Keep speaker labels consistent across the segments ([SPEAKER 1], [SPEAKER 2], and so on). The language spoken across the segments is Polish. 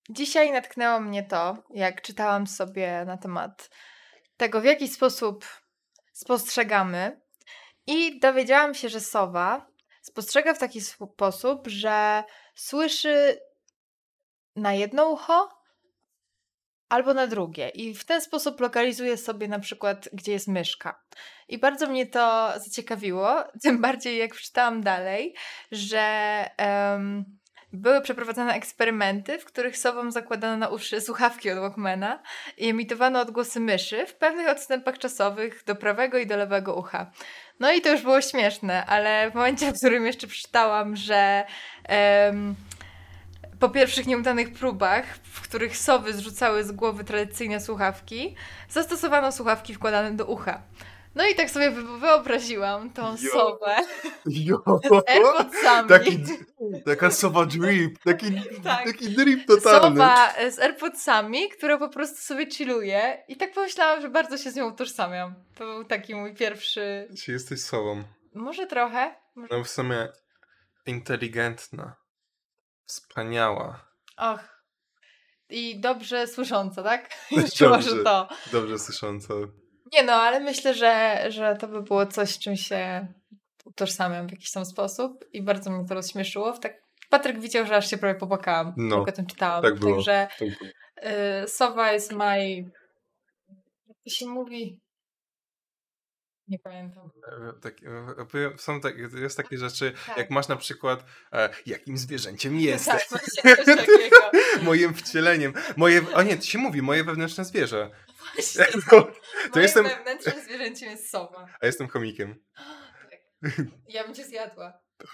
[SPEAKER 1] Dzisiaj natknęło mnie to, jak czytałam sobie na temat tego, w jaki sposób spostrzegamy, i dowiedziałam się, że sowa spostrzega w taki sposób, że słyszy na jedno ucho albo na drugie i w ten sposób lokalizuje sobie na przykład, gdzie jest myszka. I bardzo mnie to zaciekawiło, tym bardziej jak przeczytałam dalej, że były przeprowadzane eksperymenty, w których sowom zakładano na uszy słuchawki od Walkmana i emitowano odgłosy myszy w pewnych odstępach czasowych do prawego i do lewego ucha. No i to już było śmieszne, ale w momencie, w którym jeszcze przeczytałam, że po pierwszych nieudanych próbach, w których sowy zrzucały z głowy tradycyjne słuchawki, zastosowano słuchawki wkładane do ucha. No i tak sobie wyobraziłam tą sowę z AirPodsami.
[SPEAKER 2] Taka sowa drip,
[SPEAKER 1] Tak.
[SPEAKER 2] taki drip totalny.
[SPEAKER 1] Sowa z AirPodsami, która po prostu sobie chilluje i tak pomyślałam, że bardzo się z nią utożsamiam. To był taki mój pierwszy...
[SPEAKER 2] Czy jesteś sową?
[SPEAKER 1] Może trochę.
[SPEAKER 2] No w sumie inteligentna, wspaniała.
[SPEAKER 1] Och. I dobrze słysząca, tak? Jeszcze może to.
[SPEAKER 2] Dobrze słysząca.
[SPEAKER 1] Nie no, ale myślę, że to by było coś, z czym się utożsamiam w jakiś tam sposób i bardzo mnie to rozśmieszyło. Patryk widział, że aż się prawie popłakałam, jak o tym czytałam.
[SPEAKER 2] Tak było.
[SPEAKER 1] Także sowa jest jak to się mówi? Nie pamiętam.
[SPEAKER 2] Jest takie rzeczy, jak masz na przykład jakim zwierzęciem jesteś.
[SPEAKER 1] Tak, właśnie coś takiego.
[SPEAKER 2] Moim wcieleniem. To się mówi, moje wewnętrzne zwierzę.
[SPEAKER 1] Właśnie.
[SPEAKER 2] Moim
[SPEAKER 1] wewnętrznym zwierzęciem jest sowa.
[SPEAKER 2] A jestem chomikiem.
[SPEAKER 1] Ja bym cię zjadła.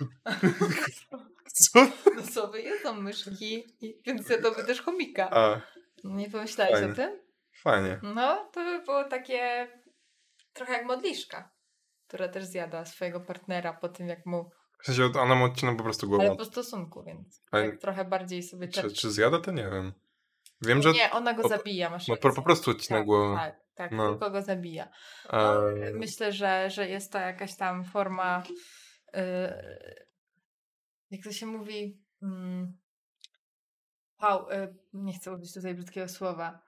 [SPEAKER 2] Co?
[SPEAKER 1] No sowy jedzą myszki, więc jadłby też chomika. Nie pomyślałeś o tym?
[SPEAKER 2] Fajnie.
[SPEAKER 1] No, to by było takie trochę jak modliszka, która też zjada swojego partnera po tym, jak mu...
[SPEAKER 2] W sensie ona mu odcina po prostu głowę.
[SPEAKER 1] Ale po stosunku, więc tak trochę bardziej sobie...
[SPEAKER 2] Czy zjada, to nie wiem. Wiem, że...
[SPEAKER 1] Nie, ona go zabija, masz rację.
[SPEAKER 2] Po prostu odcina głowę.
[SPEAKER 1] Tak, tylko go zabija. Myślę, że jest to jakaś tam forma... jak to się mówi... nie chcę użyć tutaj brzydkiego słowa.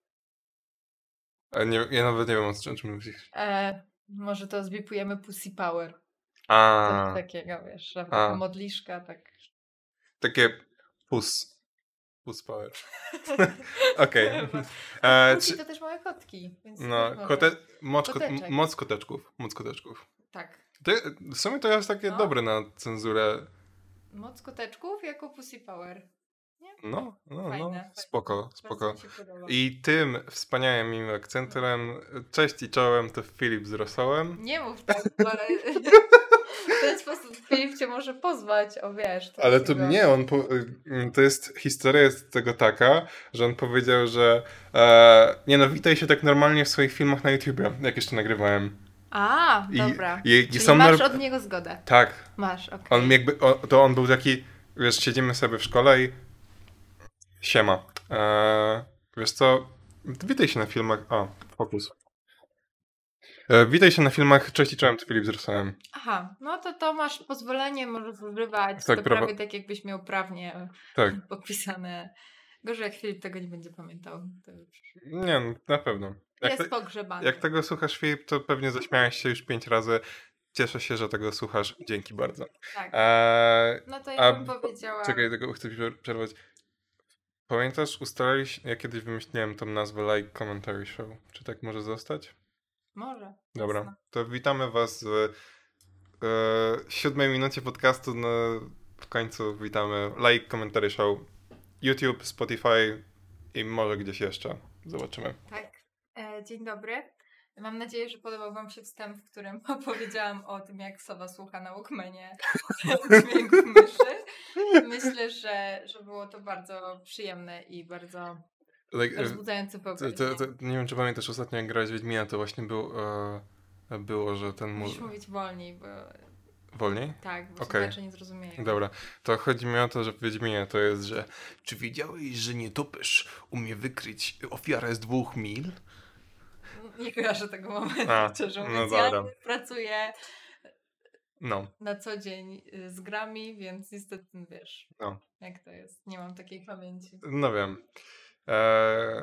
[SPEAKER 2] Ja nawet nie wiem, o czym mówisz.
[SPEAKER 1] Może to zbipujemy Pussy Power. Coś takiego, wiesz, że modliszka, tak.
[SPEAKER 2] Takie Puss Power. Okej.
[SPEAKER 1] To też małe kotki. Więc
[SPEAKER 2] moc koteczków.
[SPEAKER 1] Tak.
[SPEAKER 2] W sumie to jest takie dobre na cenzurę.
[SPEAKER 1] Moc koteczków jako Pussy Power. Nie?
[SPEAKER 2] Fajne. Spoko. I tym wspaniałym akcentem, cześć i czołem, to Filip z Rosołem.
[SPEAKER 1] Nie mów tak, ale w ten sposób Filip cię może pozwać, wiesz.
[SPEAKER 2] Ale to nie, to jest, historia jest tego taka, że on powiedział, że witaj się tak normalnie w swoich filmach na YouTubie, jak jeszcze nagrywałem.
[SPEAKER 1] Dobra. Czyli masz od niego zgodę.
[SPEAKER 2] Tak.
[SPEAKER 1] Masz, okej.
[SPEAKER 2] On był taki, wiesz, siedzimy sobie w szkole i siema. Wiesz co, witaj się na filmach... fokus. Witaj się na filmach Cześć i czołem, to Filip z Rosołem.
[SPEAKER 1] Aha, no to masz pozwolenie, możesz używać. To prawie tak, jakbyś miał prawnie podpisane. Gorzej jak Filip tego nie będzie pamiętał. To już...
[SPEAKER 2] Nie, na pewno.
[SPEAKER 1] Jest pogrzebany.
[SPEAKER 2] Jak tego słuchasz, Filip, to pewnie zaśmiałeś się już 5 razy. Cieszę się, że tego słuchasz. Dzięki bardzo.
[SPEAKER 1] Tak. No to ja bym powiedziała...
[SPEAKER 2] Czekaj, tego chcę przerwać. Pamiętasz, ja kiedyś wymyśliłem tą nazwę Like Commentary Show. Czy tak może zostać?
[SPEAKER 1] Może.
[SPEAKER 2] Dobra,
[SPEAKER 1] jasne.
[SPEAKER 2] to witamy was w 7 minucie podcastu. W końcu witamy Like Commentary Show. YouTube, Spotify i może gdzieś jeszcze. Zobaczymy.
[SPEAKER 1] Tak. Dzień dobry. Mam nadzieję, że podobał wam się wstęp, w którym opowiedziałam o tym, jak sowa słucha na Walkmanie dźwięków myszy. Myślę, że było to bardzo przyjemne i bardzo rozbudzające wyobraźnię.
[SPEAKER 2] Nie wiem, czy pamiętasz, ostatnio jak grałeś Wiedźmina, to właśnie było, że ten...
[SPEAKER 1] Musisz mówić wolniej, bo...
[SPEAKER 2] Wolniej?
[SPEAKER 1] Tak, bo słuchacze nie zrozumieją.
[SPEAKER 2] Dobra, to chodzi mi o to, że w Wiedźminie to jest, że czy wiedziałeś, że nietoperz umie wykryć ofiarę z 2 mil?
[SPEAKER 1] Nie kojarzę tego momentu, szczerze mówiąc.
[SPEAKER 2] No
[SPEAKER 1] ja pracuję
[SPEAKER 2] No,
[SPEAKER 1] na co dzień z grami, więc niestety wiesz,
[SPEAKER 2] no,
[SPEAKER 1] jak to jest. Nie mam takiej pamięci.
[SPEAKER 2] no wiem. Eee,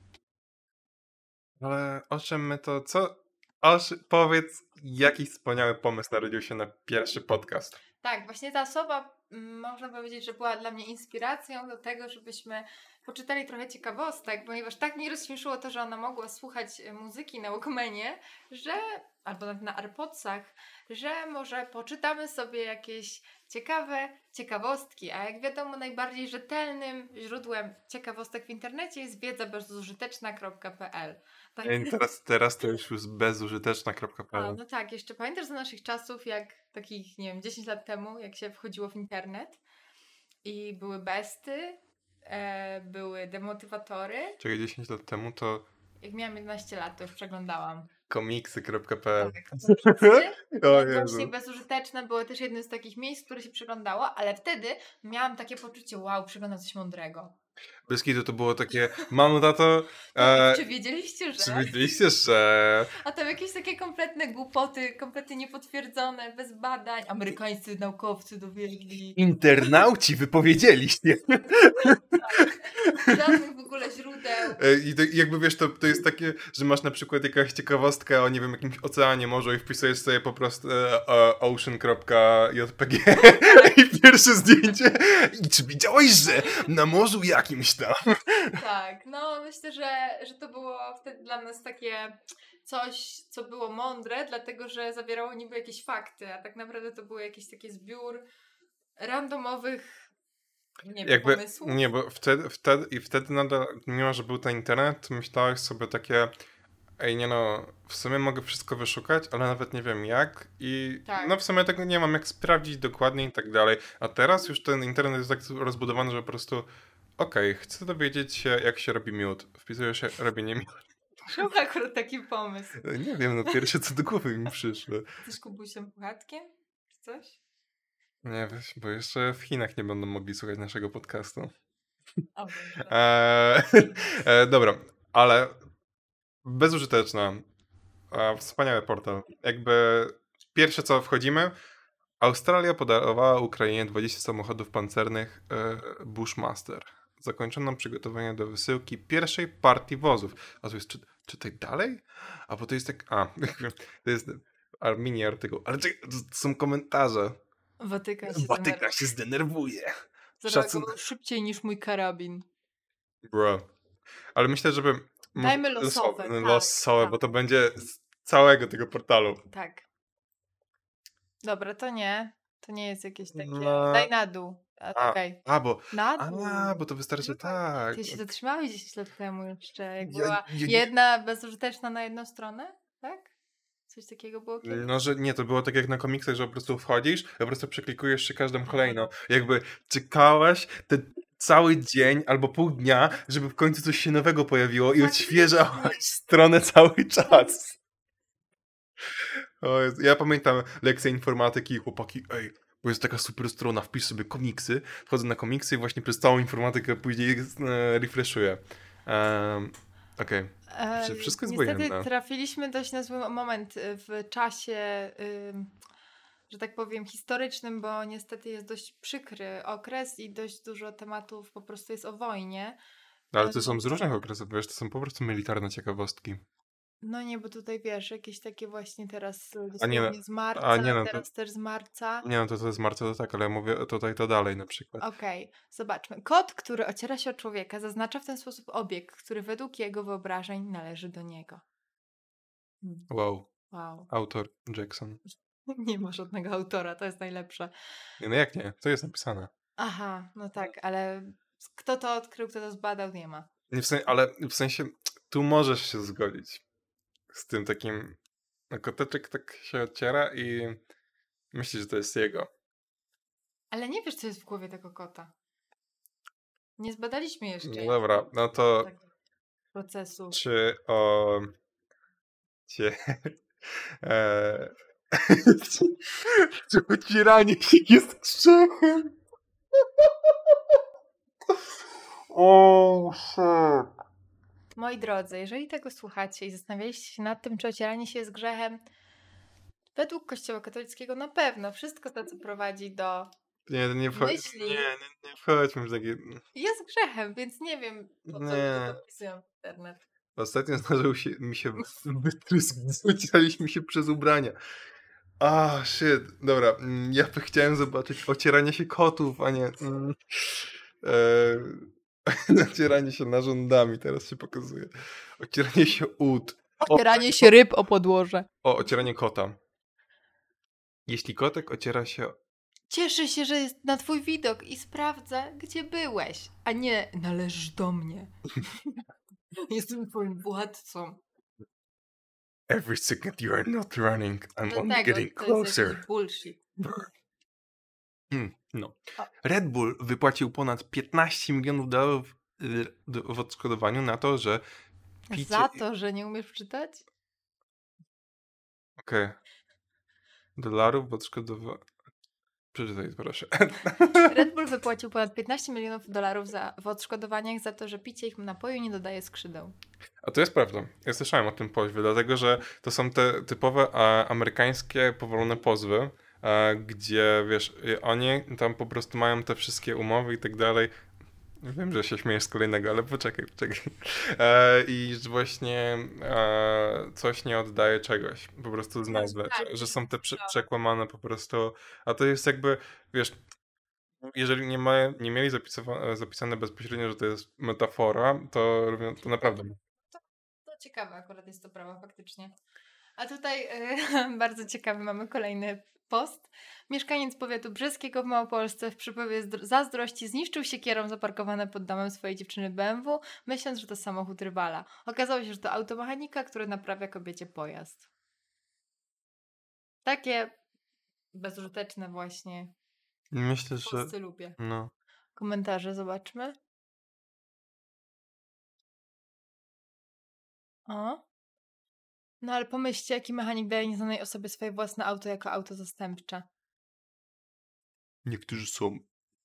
[SPEAKER 2] ale o czym my to, powiedz, jaki wspaniały pomysł narodził się na pierwszy podcast.
[SPEAKER 1] Tak, właśnie ta osoba, można powiedzieć, że była dla mnie inspiracją do tego, żebyśmy poczytali trochę ciekawostek, ponieważ tak mnie rozśmieszyło to, że ona mogła słuchać muzyki na Walkmanie, że, albo nawet na AirPodsach, że może poczytamy sobie jakieś ciekawe ciekawostki, a jak wiadomo najbardziej rzetelnym źródłem ciekawostek w internecie jest wiedzabezużyteczna.pl. Tak.
[SPEAKER 2] Teraz to już
[SPEAKER 1] A,
[SPEAKER 2] bezużyteczna.pl.
[SPEAKER 1] no tak, jeszcze pamiętasz za naszych czasów, jak takich, nie wiem, 10 lat temu, jak się wchodziło w internet i były besty, były demotywatory.
[SPEAKER 2] Czekaj, 10 lat temu to
[SPEAKER 1] Jak miałam 11 lat, to już przeglądałam.
[SPEAKER 2] komiksy.pl.
[SPEAKER 1] Tak, komiksy.
[SPEAKER 2] O
[SPEAKER 1] Właśnie
[SPEAKER 2] Jezu.
[SPEAKER 1] bezużyteczne było też jednym z takich miejsc, które się przeglądało, ale wtedy miałam takie poczucie, wow, przeglądam coś mądrego.
[SPEAKER 2] Bez kitu to było takie, mamo, tato,
[SPEAKER 1] Czy wiedzieliście,
[SPEAKER 2] czy
[SPEAKER 1] że...
[SPEAKER 2] wiedzieliście, że...
[SPEAKER 1] A tam jakieś takie kompletne głupoty, kompletnie niepotwierdzone, bez badań. Amerykańscy naukowcy dowiedli.
[SPEAKER 2] Internauci wypowiedzieli się.
[SPEAKER 1] Żadnych w ogóle źródeł.
[SPEAKER 2] I jakby wiesz, to jest takie, że masz na przykład jakaś ciekawostka o, nie wiem, jakimś oceanie, morzu i wpisujesz sobie po prostu ocean.jpg i pierwsze zdjęcie. I czy widziałeś, że na morzu jakimś tam?
[SPEAKER 1] Tak, no myślę, że to było wtedy dla nas takie coś, co było mądre, dlatego że zawierało niby jakieś fakty, a tak naprawdę to był jakiś taki zbiór randomowych, nie wiem, pomysłów.
[SPEAKER 2] Nie, bo wtedy nadal, mimo że był ten internet, myślałeś sobie takie, ej, nie no, w sumie mogę wszystko wyszukać, ale nawet nie wiem jak i
[SPEAKER 1] Tak.
[SPEAKER 2] no w sumie tego nie mam jak sprawdzić dokładnie i tak dalej. A teraz już ten internet jest tak rozbudowany, że po prostu okej, chcę dowiedzieć się, jak się robi miód. Wpisuję się robienie miodu.
[SPEAKER 1] Czemu akurat taki pomysł?
[SPEAKER 2] Nie wiem, no pierwsze co do głowy mi przyszło.
[SPEAKER 1] Jesteś Kubusiem Puchatkiem? Czy coś?
[SPEAKER 2] Nie, weź, bo jeszcze w Chinach nie będą mogli słuchać naszego podcastu.
[SPEAKER 1] O Boże.
[SPEAKER 2] Dobra, ale bezużyteczna. Wspaniały portal. Jakby pierwsze co wchodzimy, Australia podarowała Ukrainie 20 samochodów pancernych Bushmaster. Zakończono przygotowania do wysyłki pierwszej partii wozów. A to jest, czytaj dalej? A bo to jest tak, to jest mini artykuł. Ale czekaj, to są komentarze.
[SPEAKER 1] Watykan
[SPEAKER 2] się zdenerwuje.
[SPEAKER 1] zareagował szybciej niż mój karabin.
[SPEAKER 2] Bro. Ale myślę, żeby...
[SPEAKER 1] Dajmy losowe.
[SPEAKER 2] Losowe,
[SPEAKER 1] tak.
[SPEAKER 2] bo to będzie z całego tego portalu.
[SPEAKER 1] Tak. Dobra, to nie. To nie jest jakieś takie...
[SPEAKER 2] No.
[SPEAKER 1] Daj na dół. Okej. Na dół.
[SPEAKER 2] Bo to wystarczy
[SPEAKER 1] No
[SPEAKER 2] tak.
[SPEAKER 1] Ty się zatrzymałeś 10 lat temu jeszcze, jak
[SPEAKER 2] Ja-
[SPEAKER 1] była
[SPEAKER 2] ja-
[SPEAKER 1] jedna bezużyteczna na jedną stronę? Tak? Coś takiego było kiedyś?
[SPEAKER 2] No, że nie, to było tak jak na komiksach, że po prostu wchodzisz, po prostu przeklikujesz się każdą kolejną. Jakby czekałaś ten cały dzień albo pół dnia, żeby w końcu coś się nowego pojawiło i odświeżałaś stronę cały czas. O Jezu, ja pamiętam lekcję informatyki i chłopaki, ej, bo jest taka super strona, wpisz sobie komiksy, wchodzę na komiksy i właśnie przez całą informatykę później refreshuję. Okej. Wszystko jest
[SPEAKER 1] Niestety
[SPEAKER 2] wojenne.
[SPEAKER 1] trafiliśmy dość na zły moment w czasie, że tak powiem, historycznym, bo niestety jest dość przykry okres i dość dużo tematów po prostu jest o wojnie.
[SPEAKER 2] Ale to są z różnych okresów, wiesz, to są po prostu militarne ciekawostki.
[SPEAKER 1] No nie, bo tutaj wiesz, jakieś takie właśnie teraz
[SPEAKER 2] A nie,
[SPEAKER 1] dosłownie z marca,
[SPEAKER 2] to-
[SPEAKER 1] teraz też z marca.
[SPEAKER 2] Nie no, to z marca to tak, ale ja mówię tutaj to dalej na przykład.
[SPEAKER 1] Okej, zobaczmy. Kot, który ociera się o człowieka, zaznacza w ten sposób obiekt, który według jego wyobrażeń należy do niego.
[SPEAKER 2] Wow.
[SPEAKER 1] Wow.
[SPEAKER 2] Autor Jackson.
[SPEAKER 1] Nie ma żadnego autora, to jest najlepsze.
[SPEAKER 2] Nie, no jak nie? To jest napisane.
[SPEAKER 1] Aha, no tak, ale kto to odkrył, kto to zbadał, nie ma.
[SPEAKER 2] Nie, ale w sensie, tu możesz się zgodzić z tym takim, no koteczek tak się ociera i myśli, że to jest jego.
[SPEAKER 1] Ale nie wiesz, co jest w głowie tego kota. Nie zbadaliśmy jeszcze
[SPEAKER 2] No dobra, no to
[SPEAKER 1] tego procesu.
[SPEAKER 2] czy czy ocieranie się jest grzechem? O, shit.
[SPEAKER 1] Moi drodzy, jeżeli tego słuchacie i zastanawialiście się nad tym, czy ocieranie się jest grzechem, Według Kościoła katolickiego na pewno wszystko to, co prowadzi do
[SPEAKER 2] Nie
[SPEAKER 1] myśli,
[SPEAKER 2] nie wchodźmy w takie...
[SPEAKER 1] jest grzechem, więc nie wiem, po co ludzie
[SPEAKER 2] Nie.
[SPEAKER 1] to wpisują w internet.
[SPEAKER 2] Ostatnio zdarzył mi się wytrysk, ucieraliśmy się przez ubrania. Shit. Dobra, ja chciałem zobaczyć ocieranie się kotów, a nie... ocieranie się narządami, teraz się pokazuje. Ocieranie się ud.
[SPEAKER 1] Ocieranie się ryb o podłoże.
[SPEAKER 2] Ocieranie kota. Jeśli kotek ociera się...
[SPEAKER 1] Cieszę się, że jest na twój widok i sprawdza, gdzie byłeś, a nie należysz do mnie. Jestem twoim władcą.
[SPEAKER 2] Every second you are not running, I'm only
[SPEAKER 1] Dlatego
[SPEAKER 2] getting
[SPEAKER 1] to jest
[SPEAKER 2] closer.
[SPEAKER 1] jakiś bullshit.
[SPEAKER 2] No. Red Bull wypłacił ponad $15 milionów w odszkodowaniu na to, że picie...
[SPEAKER 1] Za to, że nie umiesz czytać?
[SPEAKER 2] Okej. Dolarów w odszkodowaniu... Przeczytaj, proszę.
[SPEAKER 1] Red Bull wypłacił ponad $15 milionów w odszkodowaniach za to, że picie ich napoju nie dodaje skrzydeł.
[SPEAKER 2] A to jest prawda. Ja słyszałem o tym pozwie, dlatego że to są te typowe amerykańskie powolne pozwy, gdzie wiesz, oni tam po prostu mają te wszystkie umowy i tak dalej. Wiem, że się śmiejesz z kolejnego, ale poczekaj. I że właśnie coś nie oddaje czegoś, po prostu z nazwy, że są te przekłamane po prostu, a to jest jakby, wiesz, jeżeli nie mieli zapisane bezpośrednio, że to jest metafora, to robią to naprawdę.
[SPEAKER 1] To ciekawe akurat jest to prawo faktycznie. A tutaj bardzo ciekawy mamy kolejny post. Mieszkaniec powiatu brzeskiego w Małopolsce w przypływie zazdrości zniszczył siekierą zaparkowane pod domem swojej dziewczyny BMW, myśląc, że to samochód rywala. Okazało się, że to automechanika, który naprawia kobiecie pojazd. Takie bezużyteczne właśnie.
[SPEAKER 2] Myślę, że...
[SPEAKER 1] Posty lubię.
[SPEAKER 2] No.
[SPEAKER 1] Komentarze zobaczmy. No ale pomyślcie, jaki mechanik daje nieznanej osobie swoje własne auto jako auto zastępcze.
[SPEAKER 2] Niektórzy są.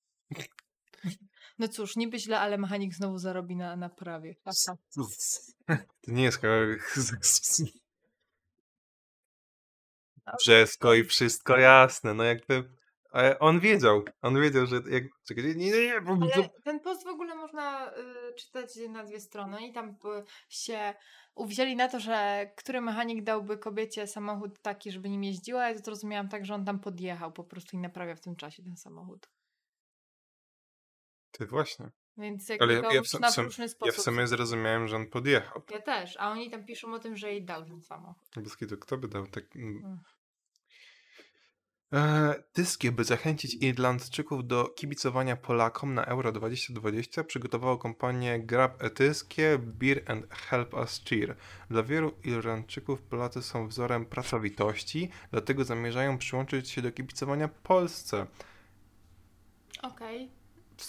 [SPEAKER 1] No cóż, niby źle, ale mechanik znowu zarobi na naprawie.
[SPEAKER 2] To nie jest Brzesko i wszystko jasne, no jakby... Ale on wiedział, że... Czekaj, nie.
[SPEAKER 1] Ale ten post w ogóle można czytać na dwie strony i tam się uwzięli na to, że który mechanik dałby kobiecie samochód taki, żeby nim jeździła, ja to zrozumiałam tak, że on tam podjechał po prostu i naprawia w tym czasie ten samochód.
[SPEAKER 2] Ty właśnie.
[SPEAKER 1] Więc jakby
[SPEAKER 2] ale
[SPEAKER 1] go można w różny sposób...
[SPEAKER 2] Ja w sumie zrozumiałem, że on podjechał.
[SPEAKER 1] Ja też, a oni tam piszą o tym, że jej dał ten samochód.
[SPEAKER 2] Boski, kto by dał tak... Tyskie, by zachęcić Irlandczyków do kibicowania Polakom na Euro 2020, przygotowało kompanię Grab Etyskie Beer and Help Us Cheer. Dla wielu Irlandczyków Polacy są wzorem pracowitości, dlatego zamierzają przyłączyć się do kibicowania Polsce.
[SPEAKER 1] Okej.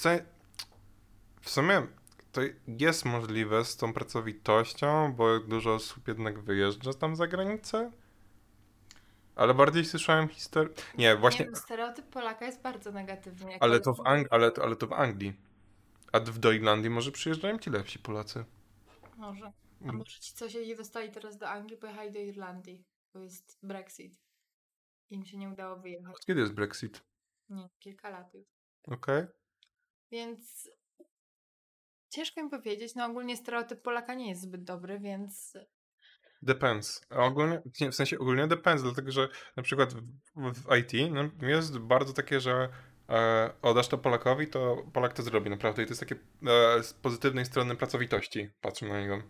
[SPEAKER 2] W sumie to jest możliwe z tą pracowitością, bo dużo osób jednak wyjeżdża tam za granicę. Ale bardziej słyszałem historię... Nie, właśnie...
[SPEAKER 1] Nie, stereotyp Polaka jest bardzo negatywny.
[SPEAKER 2] Ale to w Anglii. A do Irlandii może przyjeżdżają ci lepsi Polacy.
[SPEAKER 1] Może. A może ci, co się nie dostali teraz do Anglii, pojechali do Irlandii. Bo jest Brexit. Im się nie udało wyjechać.
[SPEAKER 2] Od kiedy jest Brexit?
[SPEAKER 1] Nie, kilka lat już.
[SPEAKER 2] Okej.
[SPEAKER 1] Więc ciężko mi powiedzieć. No ogólnie stereotyp Polaka nie jest zbyt dobry, więc...
[SPEAKER 2] Depends. Ogólnie depends, dlatego że na przykład w IT no, jest bardzo takie, że oddasz to Polakowi, to Polak to zrobi naprawdę i to jest takie z pozytywnej strony pracowitości. Patrzę na niego.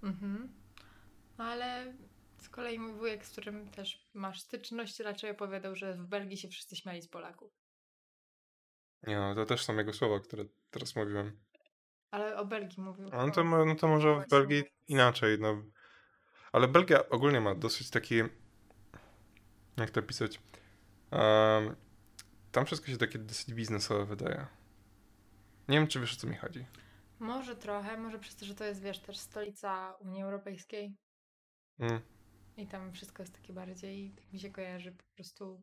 [SPEAKER 1] Ale z kolei mój wujek, z którym też masz styczność, raczej opowiadał, że w Belgii się wszyscy śmiali z Polaków.
[SPEAKER 2] Nie no, to też są jego słowa, które teraz mówiłem.
[SPEAKER 1] Ale o Belgii mówił.
[SPEAKER 2] No to może w Belgii inaczej, no. Ale Belgia ogólnie ma dosyć taki... Jak to pisać? Tam wszystko się takie dosyć biznesowe wydaje. Nie wiem, czy wiesz, o co mi chodzi.
[SPEAKER 1] Może trochę, może przez to, że to jest, wiesz, też stolica Unii Europejskiej. I tam wszystko jest takie bardziej, tak mi się kojarzy po prostu...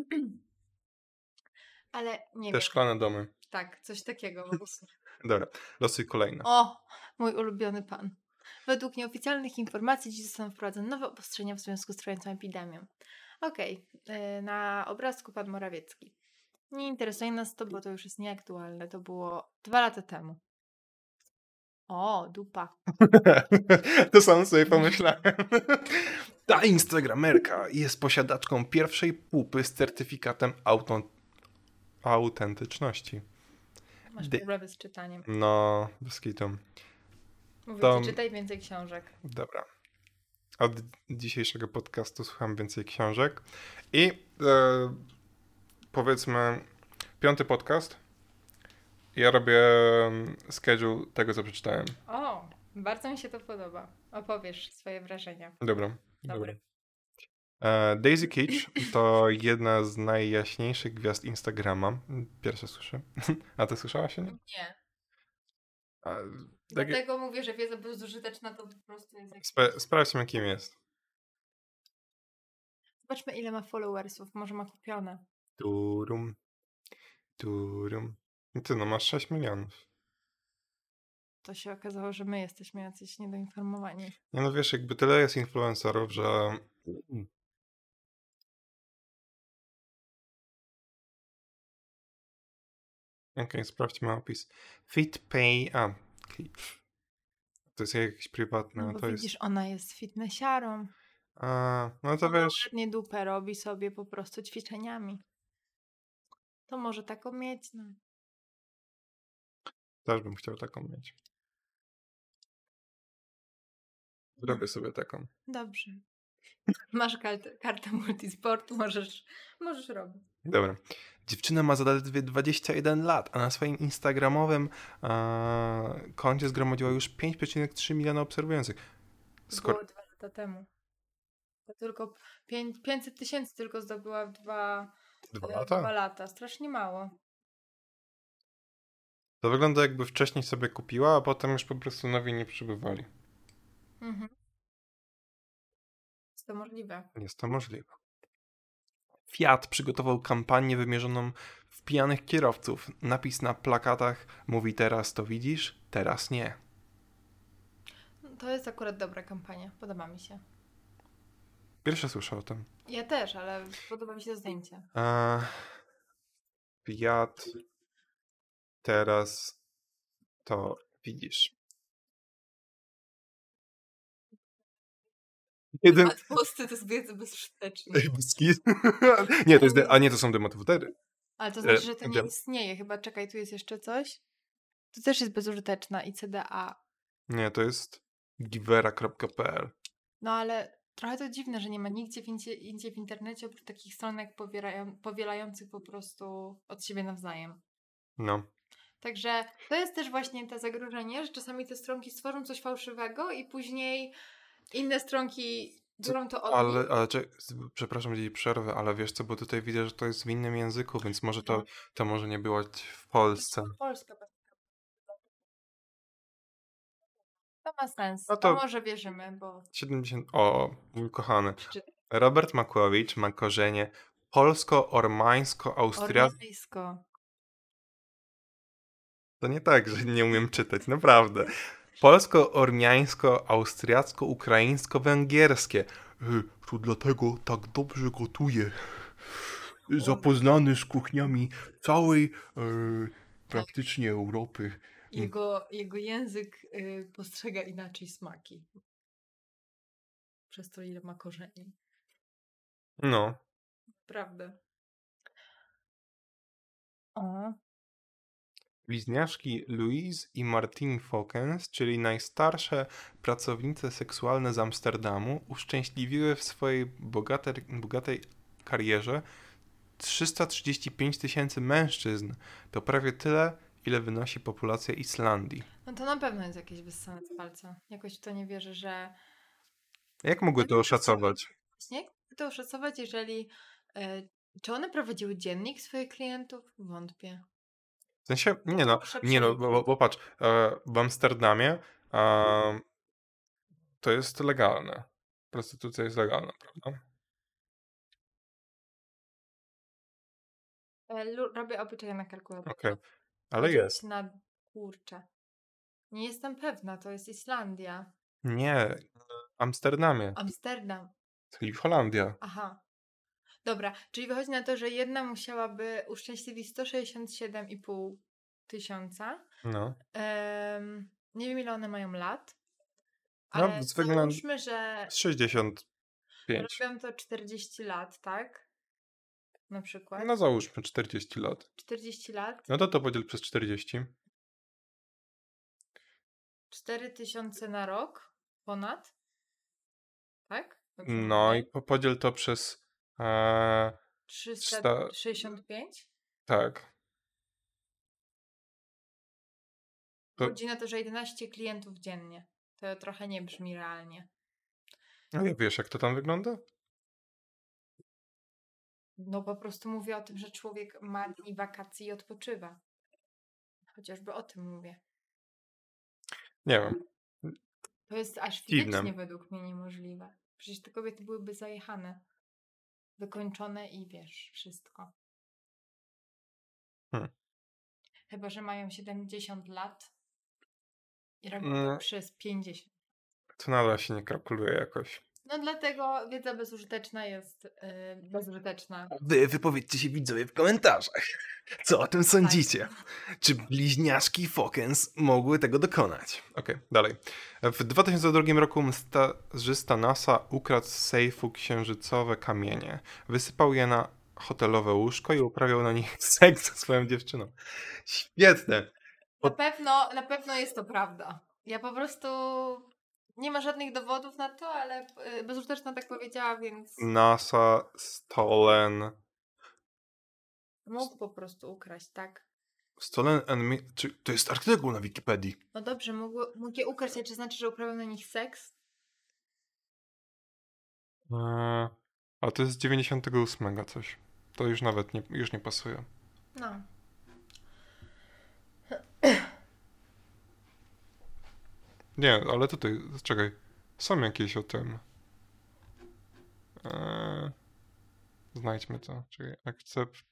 [SPEAKER 1] Ale nie wiem.
[SPEAKER 2] Te szklane domy.
[SPEAKER 1] Tak, coś takiego.
[SPEAKER 2] Dobra, losuj kolejne.
[SPEAKER 1] O, mój ulubiony pan. Według nieoficjalnych informacji dziś zostaną wprowadzone nowe obostrzenia w związku z trwającą epidemią. Okej, na obrazku pan Morawiecki. Nie interesuje nas to, bo to już jest nieaktualne. To było 2 lata temu. O, dupa.
[SPEAKER 2] To sam sobie pomyślałem. Ta instagramerka jest posiadaczką pierwszej pupy z certyfikatem autentyczności.
[SPEAKER 1] Masz problemy z czytaniem.
[SPEAKER 2] No, bez kitu.
[SPEAKER 1] Mówię
[SPEAKER 2] To-
[SPEAKER 1] ci, czytaj więcej książek.
[SPEAKER 2] Dobra. Od dzisiejszego podcastu słucham więcej książek. I powiedzmy 5. podcast. Ja robię schedule tego, co przeczytałem.
[SPEAKER 1] O, bardzo mi się to podoba. Opowiesz swoje wrażenia.
[SPEAKER 2] Dobra.
[SPEAKER 1] Dobry.
[SPEAKER 2] Daisy Kitch to jedna z najjaśniejszych gwiazd Instagrama. Pierwsze słyszę. A ty słyszałaś o niej?
[SPEAKER 1] Nie.
[SPEAKER 2] A,
[SPEAKER 1] Dlatego mówię, że wiedza bezużyteczna to po prostu jest...
[SPEAKER 2] Sprawdźmy, kim jest.
[SPEAKER 1] Zobaczmy, ile ma followersów. Może ma kupione.
[SPEAKER 2] Turum. I ty, no masz 6 milionów.
[SPEAKER 1] To się okazało, że my jesteśmy jacyś niedoinformowani.
[SPEAKER 2] Nie no wiesz, jakby tyle jest influencerów, że... Okej, sprawdźmy opis. FitPay... to jest jakieś prywatne,
[SPEAKER 1] No bo
[SPEAKER 2] to
[SPEAKER 1] widzisz,
[SPEAKER 2] jest...
[SPEAKER 1] ona jest fitnessiarą.
[SPEAKER 2] no to wiesz...
[SPEAKER 1] Ładnie dupę robi sobie po prostu ćwiczeniami. To może taką mieć, no.
[SPEAKER 2] Też bym chciał taką mieć. Zrobię sobie taką.
[SPEAKER 1] Dobrze. Masz kartę multisportu, możesz robić.
[SPEAKER 2] Dobra. Dziewczyna ma zaledwie 21 lat, a na swoim instagramowym koncie zgromadziła już 5,3 miliona obserwujących.
[SPEAKER 1] To było 2 lata temu. To tylko 500 tysięcy tylko zdobyła w 2
[SPEAKER 2] 2 lata?
[SPEAKER 1] lata. Strasznie mało.
[SPEAKER 2] To wygląda jakby wcześniej sobie kupiła, a potem już po prostu nowi nie przybywali.
[SPEAKER 1] Mhm. Jest to możliwe.
[SPEAKER 2] Jest to możliwe. Fiat przygotował kampanię wymierzoną w pijanych kierowców. Napis na plakatach mówi: teraz to widzisz, teraz nie.
[SPEAKER 1] To jest akurat dobra kampania. Podoba mi się.
[SPEAKER 2] Pierwsze słyszę o tym.
[SPEAKER 1] Ja też, ale podoba mi się to zdjęcie.
[SPEAKER 2] Fiat, teraz to widzisz. Jeden...
[SPEAKER 1] A posty to jest wiedza bezużyteczna.
[SPEAKER 2] Nie, to jest... A nie, to są demotywotery.
[SPEAKER 1] Ale to znaczy, że to nie istnieje. Chyba, czekaj, tu jest jeszcze coś. To też jest bezużyteczna i CDA.
[SPEAKER 2] Nie, to jest givera.pl.
[SPEAKER 1] No ale trochę to dziwne, że nie ma nigdzie indziej w internecie oprócz takich stronek powielających po prostu od siebie nawzajem.
[SPEAKER 2] No.
[SPEAKER 1] Także to jest też właśnie to zagrożenie, że czasami te stronki stworzą coś fałszywego i później inne stronki biorą to od nich.
[SPEAKER 2] Ale przepraszam, że przerwę, ale wiesz co, bo tutaj widzę, że to jest w innym języku, więc może to może nie było w Polsce.
[SPEAKER 1] Polska. To ma sens.
[SPEAKER 2] No
[SPEAKER 1] to
[SPEAKER 2] to-
[SPEAKER 1] może wierzymy, bo...
[SPEAKER 2] 70... O, mój kochany.
[SPEAKER 1] Przeczytaj.
[SPEAKER 2] Robert Makłowicz ma korzenie polsko-ormańsko-austriackie.
[SPEAKER 1] Ormiańsko.
[SPEAKER 2] To nie tak, że nie umiem czytać, naprawdę. Polsko-ormiańsko-austriacko-ukraińsko-węgierskie. To dlatego tak dobrze gotuję. Zapoznany z kuchniami całej praktycznie Europy.
[SPEAKER 1] Jego język postrzega inaczej smaki. Przez to, ile ma korzeni.
[SPEAKER 2] No.
[SPEAKER 1] Prawda. O.
[SPEAKER 2] Bliźniaczki Louise i Martine Fokens, czyli najstarsze pracownice seksualne z Amsterdamu, uszczęśliwiły w swojej bogatej karierze 335 000 mężczyzn. To prawie tyle, ile wynosi populacja Islandii.
[SPEAKER 1] No to na pewno jest jakieś wyssane z palca. Jakoś w to nie wierzę, że...
[SPEAKER 2] Jak mogły to oszacować?
[SPEAKER 1] Właśnie jak to oszacować, jeżeli... czy one prowadziły dziennik swoich klientów? Wątpię.
[SPEAKER 2] W sensie, nie no, bo patrz, w Amsterdamie to jest legalne. Prostytucja jest legalna, prawda?
[SPEAKER 1] Robię obyczaje na kalkulatorze.
[SPEAKER 2] Okej, ale jest.
[SPEAKER 1] Na kurczę. Nie jestem pewna, to jest Islandia.
[SPEAKER 2] Nie, w Amsterdamie,
[SPEAKER 1] Amsterdam.
[SPEAKER 2] czyli Holandia.
[SPEAKER 1] Aha. Dobra, czyli wychodzi na to, że jedna musiałaby uszczęśliwić 167,5 tysiąca.
[SPEAKER 2] No.
[SPEAKER 1] Nie wiem, ile one mają lat,
[SPEAKER 2] No,
[SPEAKER 1] ale
[SPEAKER 2] z wyglądu
[SPEAKER 1] załóżmy, że
[SPEAKER 2] 65.
[SPEAKER 1] robią to 40 lat, tak? Na przykład.
[SPEAKER 2] No załóżmy 40 lat.
[SPEAKER 1] 40 lat,
[SPEAKER 2] No to podziel przez 40.
[SPEAKER 1] 4000 na rok ponad, tak? Dobrze
[SPEAKER 2] No i
[SPEAKER 1] mówię?
[SPEAKER 2] podziel to przez 300.
[SPEAKER 1] 365?
[SPEAKER 2] Tak. To,
[SPEAKER 1] Chodzi na to, że 11 klientów dziennie. To trochę nie brzmi realnie.
[SPEAKER 2] a ja wiesz, jak to tam wygląda?
[SPEAKER 1] No po prostu mówię o tym, że człowiek ma dni wakacji i odpoczywa. Chociażby o tym mówię.
[SPEAKER 2] Nie wiem.
[SPEAKER 1] To jest aż
[SPEAKER 2] Dziwne.
[SPEAKER 1] fizycznie według mnie niemożliwe. Przecież te kobiety byłyby zajechane. Wykończone i wiesz, wszystko. Chyba, że mają 70 lat i robią to przez 50.
[SPEAKER 2] To nadal się nie kalkuluje jakoś.
[SPEAKER 1] No dlatego wiedza bezużyteczna jest bezużyteczna.
[SPEAKER 3] Wy wypowiedzcie się widzowie w komentarzach. Co o tym sądzicie? Czy bliźniaczki Fokens mogły tego dokonać?
[SPEAKER 2] Okej, dalej. W 2002 roku stażysta NASA ukradł z sejfu księżycowe kamienie. Wysypał je na hotelowe łóżko i uprawiał na nich seks ze swoją dziewczyną. Świetne.
[SPEAKER 1] Na pewno jest to prawda. Ja po prostu nie ma żadnych dowodów na to, ale bezużyteczna tak powiedziała, więc
[SPEAKER 2] NASA stolen.
[SPEAKER 1] mógł po prostu ukraść, tak?
[SPEAKER 2] Stolen czy to jest artykuł na Wikipedii?
[SPEAKER 1] No dobrze, mógł je ukraść, ale czy znaczy, że uprawiał na nich seks?
[SPEAKER 2] A to jest z 98 coś. To już nawet już nie pasuje.
[SPEAKER 1] No.
[SPEAKER 2] Nie, ale tutaj, czekaj. Są jakieś o tym. Znajdźmy to. Czekaj, accept.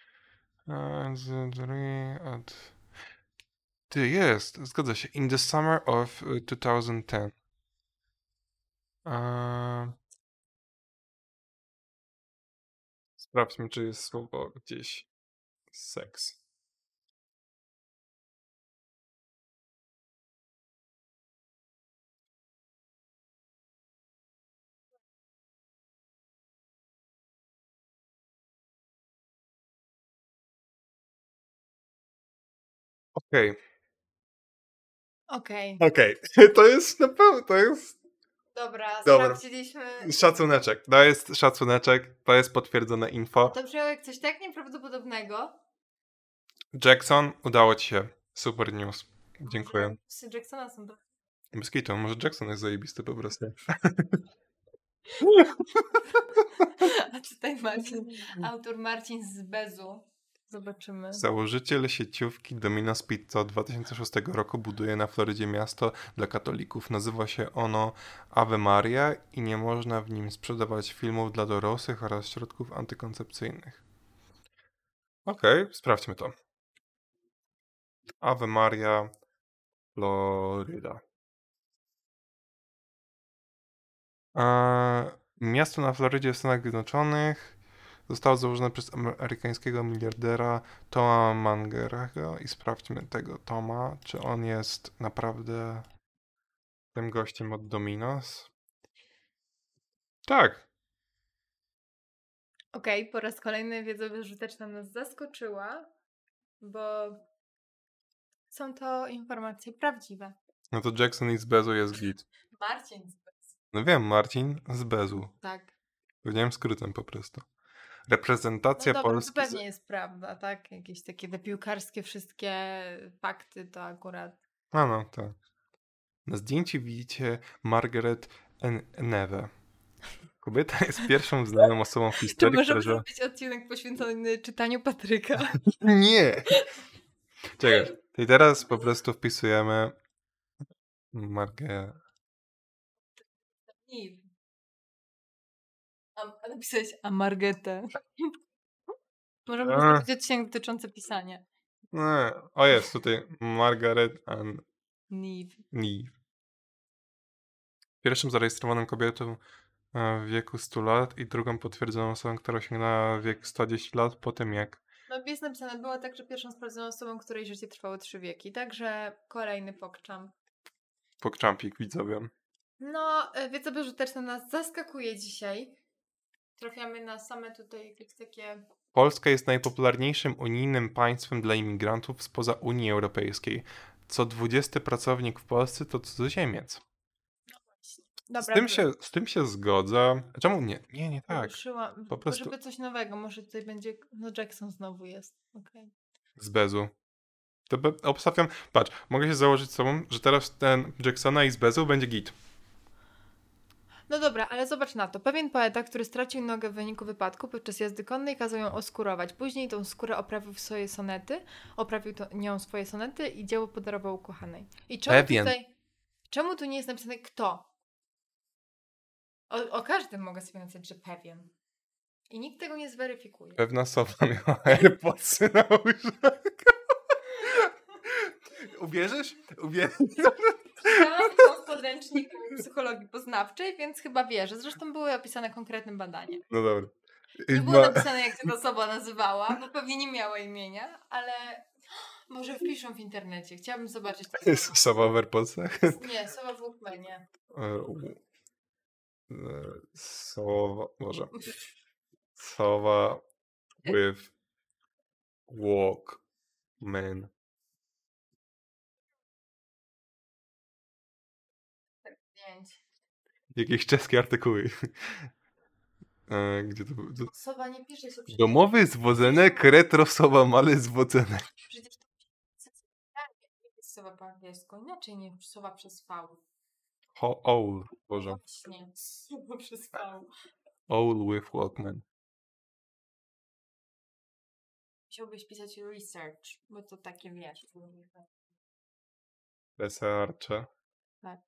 [SPEAKER 2] Ty, jest, zgadza się. In the summer of 2010. Sprawdźmy, czy jest słowo gdzieś seks. Okej.
[SPEAKER 1] Okej.
[SPEAKER 2] To jest naprawdę, to jest...
[SPEAKER 1] Dobra,
[SPEAKER 2] Dobra.
[SPEAKER 1] sprawdziliśmy.
[SPEAKER 2] Szacuneczek. To jest szacuneczek. To jest potwierdzone info.
[SPEAKER 1] To brzmiało jak coś tak nieprawdopodobnego.
[SPEAKER 2] Jackson, udało ci się. Super news. Dziękuję.
[SPEAKER 1] Psy Jacksona są to.
[SPEAKER 2] Bez kitu, może Jackson jest zajebisty po prostu.
[SPEAKER 1] A tutaj autor Marcin z Bezu. Zobaczymy.
[SPEAKER 2] Założyciel sieciówki Domino's Pizza od 2006 roku buduje na Florydzie miasto dla katolików. Nazywa się ono Ave Maria i nie można w nim sprzedawać filmów dla dorosłych oraz środków antykoncepcyjnych. Okej, sprawdźmy to. Ave Maria, Floryda. Miasto na Florydzie w Stanach Zjednoczonych zostało założone przez amerykańskiego miliardera Toma Mangerego i sprawdźmy tego Toma, czy on jest naprawdę tym gościem od Domino's. Tak.
[SPEAKER 1] Okej, po raz kolejny wiedza bezużyteczna nas zaskoczyła, bo są to informacje prawdziwe.
[SPEAKER 2] No to Jackson i z Bezu jest git.
[SPEAKER 1] Marcin z Bezu.
[SPEAKER 2] No wiem, Marcin z Bezu.
[SPEAKER 1] Tak.
[SPEAKER 2] Powiedziałem skrótem po prostu.
[SPEAKER 1] No
[SPEAKER 2] Reprezentacja
[SPEAKER 1] dobra, to
[SPEAKER 2] Polski.
[SPEAKER 1] pewnie jest prawda, tak? Jakieś takie te piłkarskie wszystkie fakty to akurat.
[SPEAKER 2] No, tak. Na zdjęciu widzicie Margaret Neve. Kobieta jest pierwszą znaną osobą w
[SPEAKER 1] Czy
[SPEAKER 2] historii, która
[SPEAKER 1] możemy
[SPEAKER 2] żyła...
[SPEAKER 1] zrobić odcinek poświęcony czytaniu Patryka?
[SPEAKER 2] Nie! Czekaj. I teraz po prostu wpisujemy
[SPEAKER 1] Nie. A napisałeś Margetę. Możemy zrobić odcinek dotyczący pisania.
[SPEAKER 2] O jest, tutaj Margaret
[SPEAKER 1] Neve.
[SPEAKER 2] Neve. Pierwszą zarejestrowaną kobietą w wieku 100 lat i drugą potwierdzoną osobą, która osiągnęła wiek 110 lat po tym jak...
[SPEAKER 1] No jest napisane, była także pierwszą sprawdzoną osobą, której życie trwało 3 wieki, także kolejny pokczam.
[SPEAKER 2] Pokczampik, widzowie.
[SPEAKER 1] No, wiedza bezużyteczna nas zaskakuje dzisiaj. Trafiamy na same tutaj jakieś takie...
[SPEAKER 2] Polska jest najpopularniejszym unijnym państwem dla imigrantów spoza Unii Europejskiej. Co 20 pracownik w Polsce to cudzoziemiec.
[SPEAKER 1] Dobra,
[SPEAKER 2] Z tym się zgodzę. Czemu nie? Nie tak.
[SPEAKER 1] Ruszyłam,
[SPEAKER 2] Po prostu-
[SPEAKER 1] żeby coś nowego, może tutaj będzie... No Jackson znowu jest, okej.
[SPEAKER 2] Z Bezu. To obstawiam... Patrz, mogę się założyć z sobą, że teraz ten Jacksona i z Bezu będzie git.
[SPEAKER 1] No dobra, ale zobacz na to. Pewien poeta, który stracił nogę w wyniku wypadku podczas jazdy konnej, kazał ją oskurować. Później tą skórę oprawił nią swoje sonety i dzieło podarował ukochanej. I czemu
[SPEAKER 2] Pewien.
[SPEAKER 1] czemu tu nie jest napisane kto? O każdym mogę sobie napisać, że pewien. I nikt tego nie zweryfikuje.
[SPEAKER 2] Pewna sowa miała AirPodsy na uszach. Uwierzysz?
[SPEAKER 1] Czytałam to w podręczniku psychologii poznawczej, więc chyba wierzę. Zresztą były opisane konkretne badania.
[SPEAKER 2] No dobra.
[SPEAKER 1] Nie było napisane, jak się ta osoba nazywała, bo pewnie nie miała imienia, ale może wpiszą w internecie. Chciałabym zobaczyć.
[SPEAKER 2] Sowa w AirPodsach?
[SPEAKER 1] Nie, sowa w Walkmanie.
[SPEAKER 2] Sowa... Może. Sowa with Walkman.
[SPEAKER 1] Zdjęć.
[SPEAKER 2] Jakieś czeskie artykuły. Gdzie to było?
[SPEAKER 1] Sowa nie pisze się
[SPEAKER 2] Domowy zwozenek, retro sowa male zwocenek.
[SPEAKER 1] Przecież to nie jest sowa po angielsku. Inaczej nie sowa przez V.
[SPEAKER 2] Owl, Boże.
[SPEAKER 1] Właśnie. Sowa przez V.
[SPEAKER 2] Owl with Walkman.
[SPEAKER 1] Musiałbyś pisać research, bo to takie wiesz.
[SPEAKER 2] Researche.
[SPEAKER 1] Tak.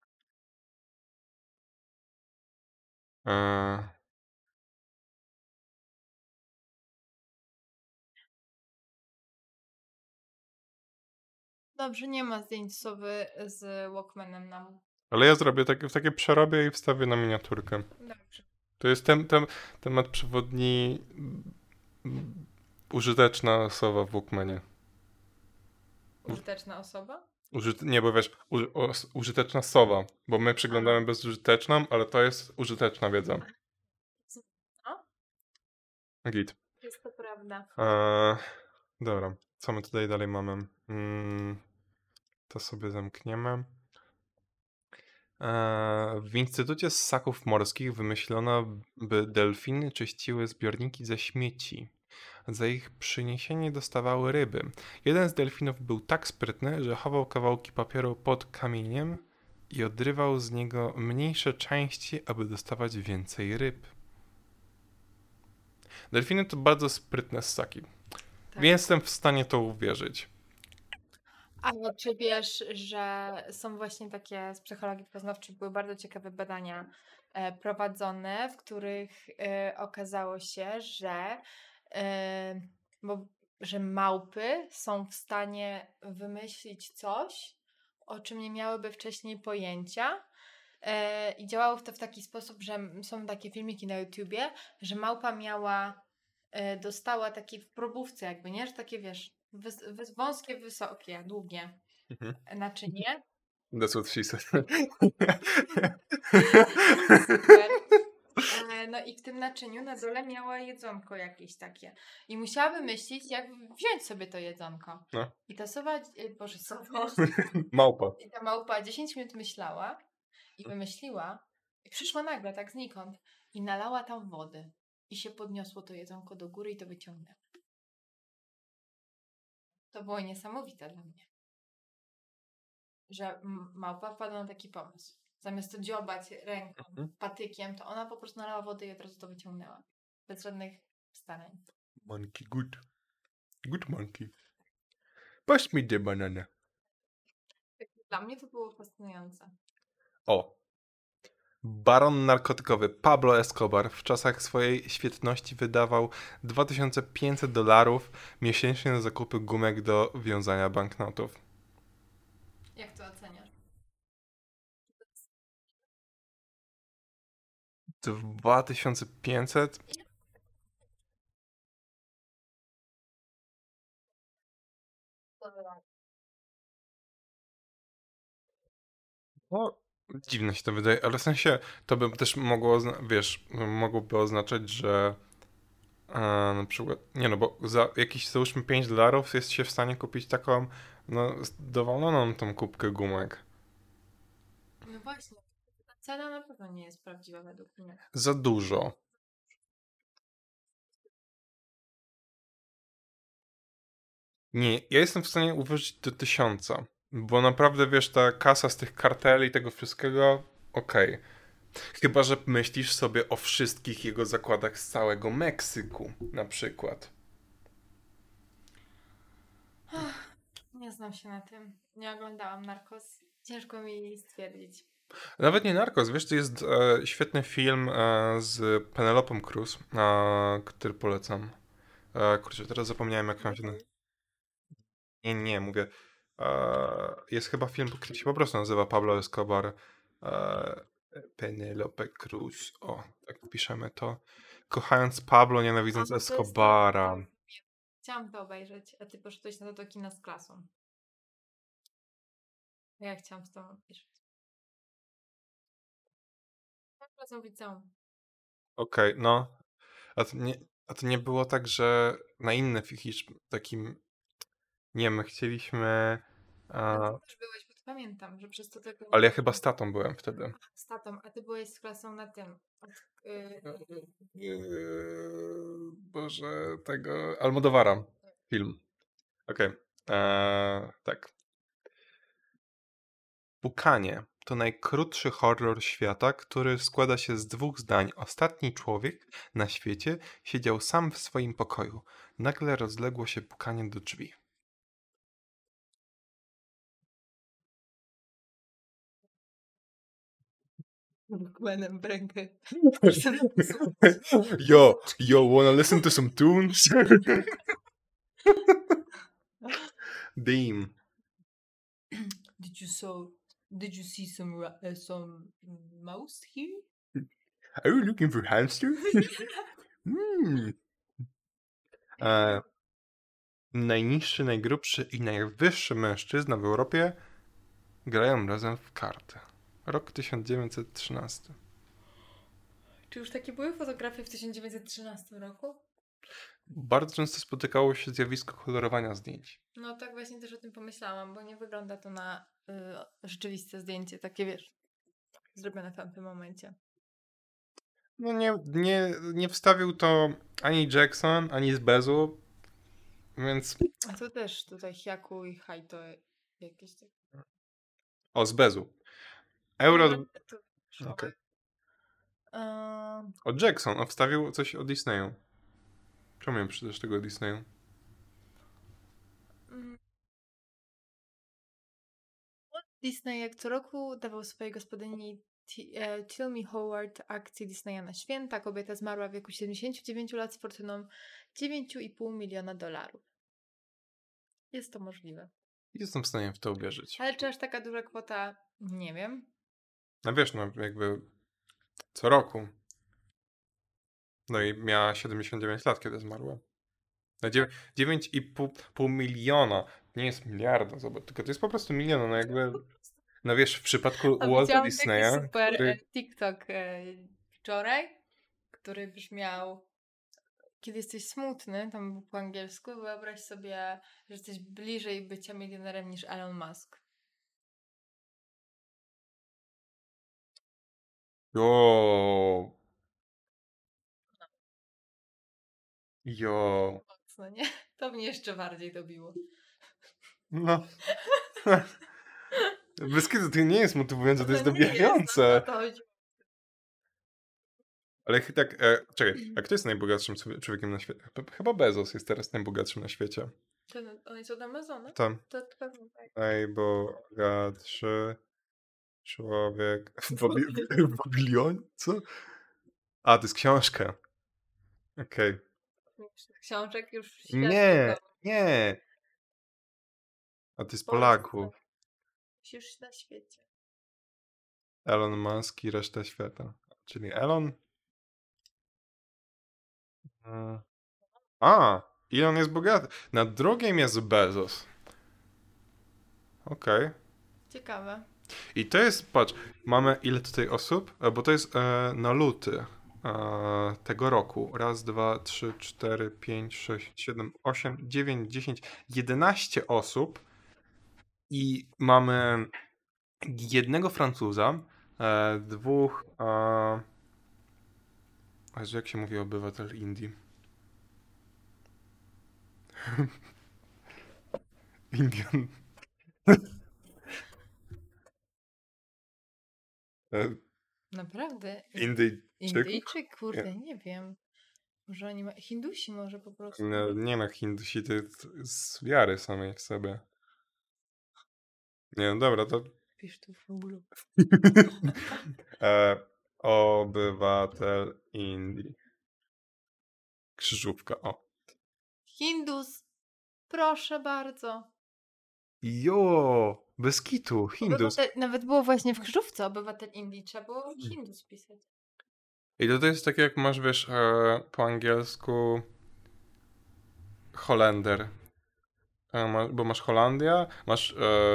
[SPEAKER 1] Dobrze, nie ma zdjęć sowy z Walkmanem nam.
[SPEAKER 2] Ale ja zrobię takie przerobię i wstawię na miniaturkę.
[SPEAKER 1] Dobrze.
[SPEAKER 2] To jest temat przewodni użyteczna sowa w Walkmanie.
[SPEAKER 1] Użyteczna osoba?
[SPEAKER 2] Nie, bo wiesz, użyteczna sowa, bo my przeglądamy bezużyteczną, ale to jest użyteczna wiedza.
[SPEAKER 1] No.
[SPEAKER 2] Git.
[SPEAKER 1] Jest to prawda.
[SPEAKER 2] Dobra, co my tutaj dalej mamy? To sobie zamkniemy. W Instytucie Ssaków Morskich wymyślono, by delfiny czyściły zbiorniki ze śmieci. Za ich przyniesienie dostawały ryby. Jeden z delfinów był tak sprytny, że chował kawałki papieru pod kamieniem i odrywał z niego mniejsze części, aby dostawać więcej ryb. Delfiny to bardzo sprytne ssaki,
[SPEAKER 1] Tak.
[SPEAKER 2] więc jestem w stanie to uwierzyć.
[SPEAKER 1] Ale czy wiesz, że są właśnie takie z psychologii poznawczej, były bardzo ciekawe badania prowadzone, w których okazało się, że małpy są w stanie wymyślić coś, o czym nie miałyby wcześniej pojęcia. I działało to w taki sposób, że są takie filmiki na YouTubie, że małpa dostała taki w probówce jakby, nie? Że takie, wiesz, wąskie, wysokie, długie naczynie.
[SPEAKER 2] That's what she said.
[SPEAKER 1] Super. No i w tym naczyniu na dole miała jedzonko jakieś takie. I musiała wymyślić, jak wziąć sobie to jedzonko.
[SPEAKER 2] No.
[SPEAKER 1] I ta sowa,
[SPEAKER 2] Małpa.
[SPEAKER 1] I ta małpa 10 minut myślała i wymyśliła i przyszła nagle, tak znikąd. I nalała tam wody. I się podniosło to jedzonko do góry i to wyciągnęła. To było niesamowite dla mnie. Że małpa wpadła na taki pomysł. Zamiast to dziobać ręką, patykiem, to ona po prostu nalała wody i od razu to wyciągnęła. Bez żadnych starań.
[SPEAKER 2] Monkey good. Good monkey. Pass me the banana.
[SPEAKER 1] Dla mnie to było fascynujące.
[SPEAKER 2] O. Baron narkotykowy Pablo Escobar w czasach swojej świetności wydawał $2500 miesięcznie na zakupy gumek do wiązania banknotów.
[SPEAKER 1] Jak to oceniasz?
[SPEAKER 2] 2500? No, dziwne się to wydaje, ale w sensie to by też mogło, wiesz, mogłoby oznaczać, że na przykład, nie no, bo za jakieś załóżmy $5 jest się w stanie kupić taką, no, dowoloną tą kubkę gumek.
[SPEAKER 1] No właśnie. Ta cena na pewno nie jest prawdziwa według mnie.
[SPEAKER 2] Za dużo. Nie, ja jestem w stanie uwierzyć do 1000, bo naprawdę, wiesz, ta kasa z tych karteli i tego wszystkiego, okej. Chyba że myślisz sobie o wszystkich jego zakładach z całego Meksyku, na przykład.
[SPEAKER 1] Nie znam się na tym. Nie oglądałam Narcos. Ciężko mi stwierdzić.
[SPEAKER 2] Nawet nie Narcos, wiesz, to jest świetny film z Penelopą Cruz, który polecam. Kurczę, teraz zapomniałem jak on się nazywa. Nie, mówię. Jest chyba film, który się po prostu nazywa Pablo Escobar. Penelope Cruz. O, tak piszemy to. Kochając Pablo, nienawidząc
[SPEAKER 1] to jest
[SPEAKER 2] Escobara.
[SPEAKER 1] Chciałam to obejrzeć, a ty poszedłeś na to do kina z klasą. Ja chciałam z tobą obejrzeć. Klasą liceum.
[SPEAKER 2] Okej, no. A to nie było tak, że na inny takim. Nie, my chcieliśmy.
[SPEAKER 1] A ty też byłeś, bo to pamiętam, że przez to tego...
[SPEAKER 2] Ale ja chyba z tatą byłem wtedy.
[SPEAKER 1] Z tatą, a ty byłeś z klasą na tym.
[SPEAKER 2] Boże, tego. Almodovara. Film. Okej. Tak. Pukanie to najkrótszy horror świata, który składa się z 2 zdań. Ostatni człowiek na świecie siedział sam w swoim pokoju. Nagle rozległo się pukanie do drzwi.
[SPEAKER 1] Walkmanem w rękę.
[SPEAKER 2] Yo, wanna listen to some tunes? Damn.
[SPEAKER 1] Did you see some mouse here?
[SPEAKER 2] Are you looking for hamster? Najniższy, najgrubszy i najwyższy mężczyzna w Europie grają razem w karty. Rok 1913.
[SPEAKER 1] Czy już takie były fotografie w 1913 roku?
[SPEAKER 2] Bardzo często spotykało się zjawisko kolorowania zdjęć.
[SPEAKER 1] No tak właśnie też o tym pomyślałam, bo nie wygląda to na rzeczywiste zdjęcie, takie wiesz, zrobione w tamtym momencie.
[SPEAKER 2] No nie wstawił to ani Jackson, ani z Bezu, więc...
[SPEAKER 1] A to też tutaj Hyaku i Haito jakieś takie.
[SPEAKER 2] O, z Bezu. Euro...
[SPEAKER 1] Okay.
[SPEAKER 2] O Jackson, wstawił coś o Disneyu. Czemu nie przydasz tego o Disneyu?
[SPEAKER 1] Disney jak co roku dawał swojej gospodyni Tilmy Howard akcję Disneya na święta. Kobieta zmarła w wieku 79 lat z fortuną $9,5 miliona. Jest to możliwe.
[SPEAKER 2] Jestem w stanie w to uwierzyć.
[SPEAKER 1] Ale czy aż taka duża kwota? Nie wiem.
[SPEAKER 2] No wiesz, no jakby co roku. No i miała 79 lat, kiedy zmarła. No 9,5 miliona. Nie jest miliarda, zobacz, tylko to jest po prostu milion, no jakby... No wiesz, w przypadku Walta Disneya...
[SPEAKER 1] Taki super TikTok wczoraj, który brzmiał: kiedy jesteś smutny, tam był po angielsku, wyobraź sobie, że jesteś bliżej bycia milionerem niż Elon Musk.
[SPEAKER 2] Jo. Jo.
[SPEAKER 1] Mocno, nie? To mnie jeszcze bardziej dobiło.
[SPEAKER 2] No. Bez kiedy to nie jest motywujące, to jest
[SPEAKER 1] nie
[SPEAKER 2] dobijające.
[SPEAKER 1] jest, no, to chodzi.
[SPEAKER 2] Ale tak, czekaj, a kto jest najbogatszym człowiekiem na świecie? Chyba Bezos jest teraz najbogatszym na świecie.
[SPEAKER 1] On jest od Amazona?
[SPEAKER 2] Tam.
[SPEAKER 1] To pewnie tak.
[SPEAKER 2] Najbogatszy człowiek w Baglion? Co? A, to jest książka. Okej.
[SPEAKER 1] Książek już świat
[SPEAKER 2] Nie. A to jest Polaków.
[SPEAKER 1] Już na świecie.
[SPEAKER 2] Elon Musk i reszta świata. Czyli Elon? Elon jest bogaty. Na drugim jest Bezos. Okej.
[SPEAKER 1] Ciekawe.
[SPEAKER 2] I to jest, patrz, mamy ile tutaj osób? Bo to jest na luty tego roku. Raz, dwa, trzy, cztery, pięć, sześć, siedem, osiem, dziewięć, 10, 11 osób. I mamy jednego Francuza, dwóch... Jezu, jak się mówi obywatel Indii? Indian.
[SPEAKER 1] Naprawdę?
[SPEAKER 2] Indyjczyk?
[SPEAKER 1] Indyjczyk? Kurde,
[SPEAKER 2] Nie.
[SPEAKER 1] nie wiem. Może oni Hindusi może po prostu.
[SPEAKER 2] Nie no, Hindusi to jest z wiary samej w sobie. Nie no, dobra, to...
[SPEAKER 1] Pisz tu w ogóle.
[SPEAKER 2] Obywatel Indii. Krzyżówka, o.
[SPEAKER 1] Hindus. Proszę bardzo.
[SPEAKER 2] Jo, bez kitu, Hindus.
[SPEAKER 1] Nawet było właśnie w krzyżówce obywatel Indii. Trzeba było Hindus pisać.
[SPEAKER 2] I to jest tak jak masz, wiesz, po angielsku Holender. Bo masz Holandia, masz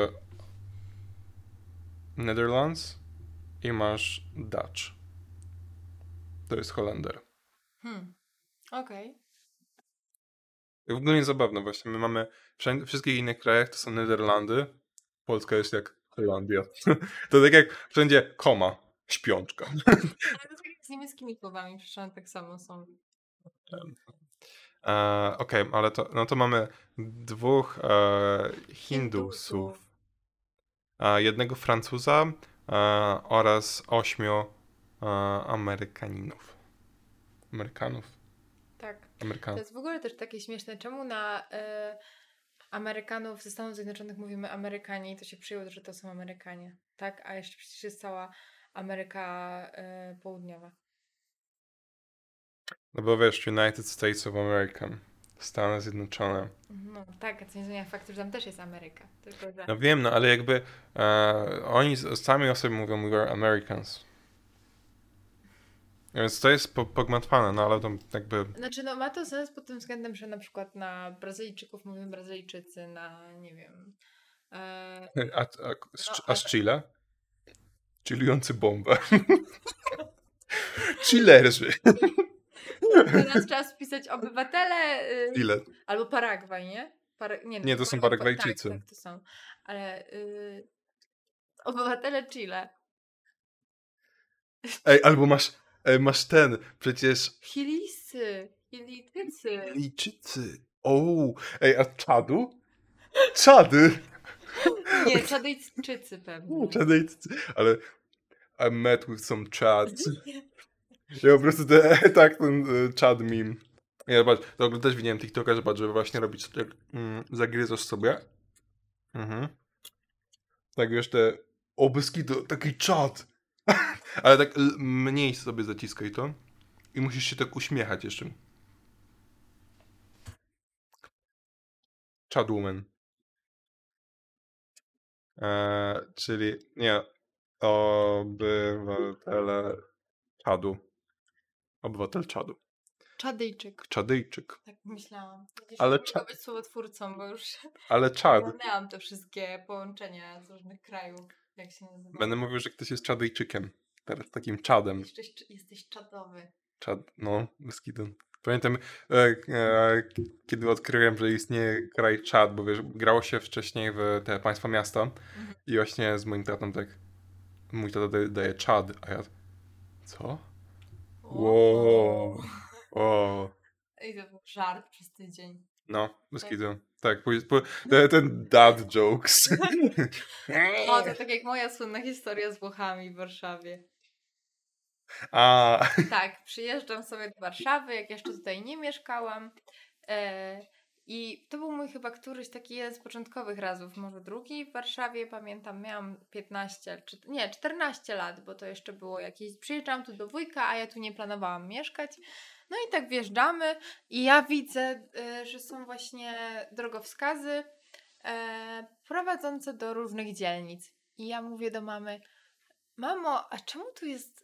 [SPEAKER 2] Netherlands i masz Dutch. To jest Holender.
[SPEAKER 1] Okej.
[SPEAKER 2] W ogóle nie zabawne właśnie. My mamy w wszystkich innych krajach to są Niderlandy. Polska jest jak Holandia. To tak jak wszędzie koma, śpiączka.
[SPEAKER 1] Ale to tak jak z niemieckimi słowami, przecież tak samo są.
[SPEAKER 2] Okej, ale to, no to mamy dwóch Hindusów, jednego Francuza oraz 8 Amerykanów.
[SPEAKER 1] Tak. To
[SPEAKER 2] Amerykanów.
[SPEAKER 1] jest w ogóle też takie śmieszne. Czemu na Amerykanów ze Stanów Zjednoczonych mówimy Amerykanie i to się przyjęło, że to są Amerykanie. Tak? A jeszcze przecież jest cała Ameryka Południowa.
[SPEAKER 2] No bo wiesz, United States of America. Stany Zjednoczone.
[SPEAKER 1] No tak, a co nie zmienia faktu, że tam też jest Ameryka. Tylko, że...
[SPEAKER 2] No wiem, no ale jakby oni sami o sobie mówią we are Americans. Więc to jest pogmatwane, no ale to jakby...
[SPEAKER 1] Znaczy, no ma to sens pod tym względem, że na przykład na Brazylijczyków mówią Brazylijczycy, na nie wiem...
[SPEAKER 2] A z Chile? Chillujący bombę. Chillerzy.
[SPEAKER 1] Teraz trzeba spisać obywatele...
[SPEAKER 2] Chile.
[SPEAKER 1] Albo Paragwaj, nie?
[SPEAKER 2] Nie, to są Paragwajczycy.
[SPEAKER 1] Tak, to są. Ale obywatele Chile.
[SPEAKER 2] Ej, albo masz ten, przecież...
[SPEAKER 1] Chilijczycy.
[SPEAKER 2] Chilijczycy. O, ej, a Czadu? Czady!
[SPEAKER 1] Nie, Czadyjczycy pewnie.
[SPEAKER 2] Czadyjczycy, ale I met with some Chads. Ja po prostu tak ten Chad meme. Ja patrz, to też widziałem TikToka, żeby właśnie robić tak, zagryzasz sobie. Tak wiesz, te obyski to taki Chad. Ale tak mniej sobie zaciskaj to. I musisz się tak uśmiechać jeszcze. Chadwoman. Czyli nie, obywatele Czadu. Obywatel Czadu. Czadyjczyk.
[SPEAKER 1] Tak myślałam.
[SPEAKER 2] Ale
[SPEAKER 1] mogę być słowotwórcą, bo już
[SPEAKER 2] ale Czad.
[SPEAKER 1] ogarnęłam te wszystkie połączenia z różnych krajów. Jak się nazywa?
[SPEAKER 2] Będę mówił, że ktoś jest Czadyjczykiem. Teraz takim Czadem.
[SPEAKER 1] Jesteś czadowy.
[SPEAKER 2] Czad, no, bez kitu. Pamiętam, kiedy odkryłem, że istnieje kraj Czad, bo wiesz, grało się wcześniej w te państwa miasta i właśnie z moim tatą tak, mój tata daje Czad, a ja, co? Wow.
[SPEAKER 1] I to był żart przez tydzień.
[SPEAKER 2] No, bez kitu. Tak, ten dad jokes.
[SPEAKER 1] O, to tak jak moja słynna historia z Włochami w Warszawie. Tak, przyjeżdżam sobie do Warszawy, jak jeszcze tutaj nie mieszkałam. I to był mój chyba któryś taki jeden z początkowych razów, może drugi w Warszawie, pamiętam, miałam 14 lat, bo to jeszcze było jakieś, przyjeżdżałam tu do wujka, a ja tu nie planowałam mieszkać. No i tak wjeżdżamy i ja widzę, że są właśnie drogowskazy prowadzące do różnych dzielnic. I ja mówię do mamy, mamo, a czemu tu jest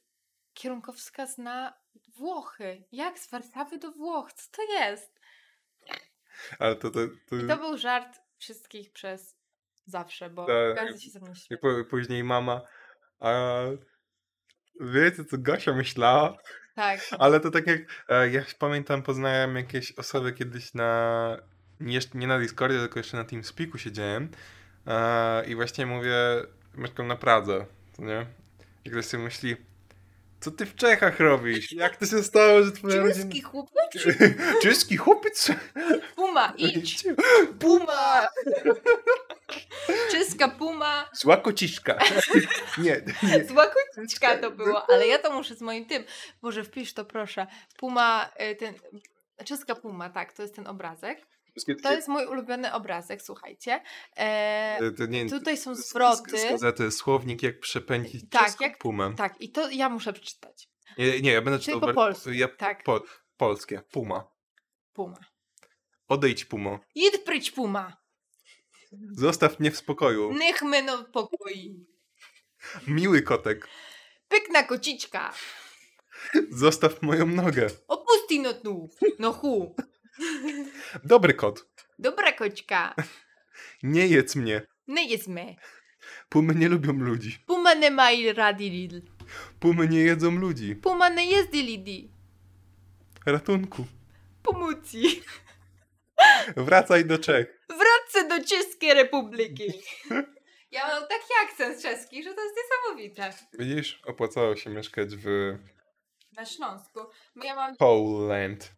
[SPEAKER 1] kierunkowskaz na Włochy. Jak z Warszawy do Włoch? Co to jest?
[SPEAKER 2] Ale to
[SPEAKER 1] I to był żart wszystkich przez zawsze, bo
[SPEAKER 2] Tak.
[SPEAKER 1] każdy się ze mnie
[SPEAKER 2] I
[SPEAKER 1] śmieje.
[SPEAKER 2] później mama, a wiecie co Gosia myślała?
[SPEAKER 1] Tak.
[SPEAKER 2] Ale to tak jak, ja pamiętam, poznałem jakieś osoby kiedyś nie na Discordzie, tylko jeszcze na TeamSpeaku siedziałem i właśnie mówię, mieszkam na Pradze, to nie? I ktoś sobie myśli, co ty w Czechach robisz? Jak to się stało, że twoja rodzina...
[SPEAKER 1] Czeski chłopiec?
[SPEAKER 2] Czeski chłopiec?
[SPEAKER 1] Puma, idź! Puma! Czeska puma!
[SPEAKER 2] Zła kociszka. Nie.
[SPEAKER 1] Zła kociczka to było, ale ja to muszę z moim tym. Boże, wpisz to proszę. Puma, czeska puma, tak, to jest ten obrazek. To jest mój ulubiony obrazek, słuchajcie. Tutaj są zwroty.
[SPEAKER 2] Z gazety Słownik, jak przepędzić
[SPEAKER 1] Tak,
[SPEAKER 2] czeską pumę.
[SPEAKER 1] Tak, i to ja muszę przeczytać.
[SPEAKER 2] Nie, ja będę
[SPEAKER 1] Czyli
[SPEAKER 2] czytał
[SPEAKER 1] po polsku, tak.
[SPEAKER 2] Polskie. Puma.
[SPEAKER 1] Puma.
[SPEAKER 2] Odejdź, pumo.
[SPEAKER 1] Idź pryć, puma.
[SPEAKER 2] Zostaw mnie w spokoju.
[SPEAKER 1] Niech mnie no pokoi.
[SPEAKER 2] Miły kotek.
[SPEAKER 1] Pykna kociczka.
[SPEAKER 2] Zostaw moją nogę.
[SPEAKER 1] Opusti no tu. No hu.
[SPEAKER 2] Dobry kot.
[SPEAKER 1] Dobra koćka.
[SPEAKER 2] Nie jedz mnie.
[SPEAKER 1] Nie jest me.
[SPEAKER 2] Pumy nie lubią ludzi.
[SPEAKER 1] Puma nie ma i rady lidl.
[SPEAKER 2] Pumy nie jedzą ludzi.
[SPEAKER 1] Puma nie jest lidi.
[SPEAKER 2] Ratunku.
[SPEAKER 1] Pomocy.
[SPEAKER 2] Wracaj do Czech.
[SPEAKER 1] Wracę do Czeskiej Republiki. Ja mam taki akcent czeski, że to jest niesamowite.
[SPEAKER 2] Widzisz, opłacało się mieszkać w
[SPEAKER 1] Na Śląsku. Bo ja mam...
[SPEAKER 2] Coalland.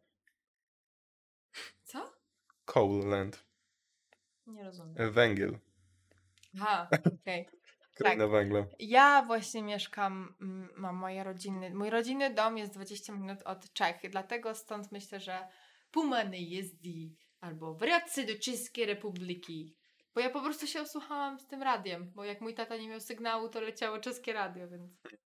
[SPEAKER 1] Co?
[SPEAKER 2] Coalland.
[SPEAKER 1] Nie rozumiem.
[SPEAKER 2] Węgiel.
[SPEAKER 1] Aha, okej.
[SPEAKER 2] Kraina węgla.
[SPEAKER 1] Ja właśnie mieszkam, mam mój rodzinny dom jest 20 minut od Czech, dlatego stąd myślę, że Puma nie jeździ, albo wracaj do Czeskiej Republiki. Bo ja po prostu się osłuchałam z tym radiem, bo jak mój tata nie miał sygnału, to leciało czeskie radio, więc...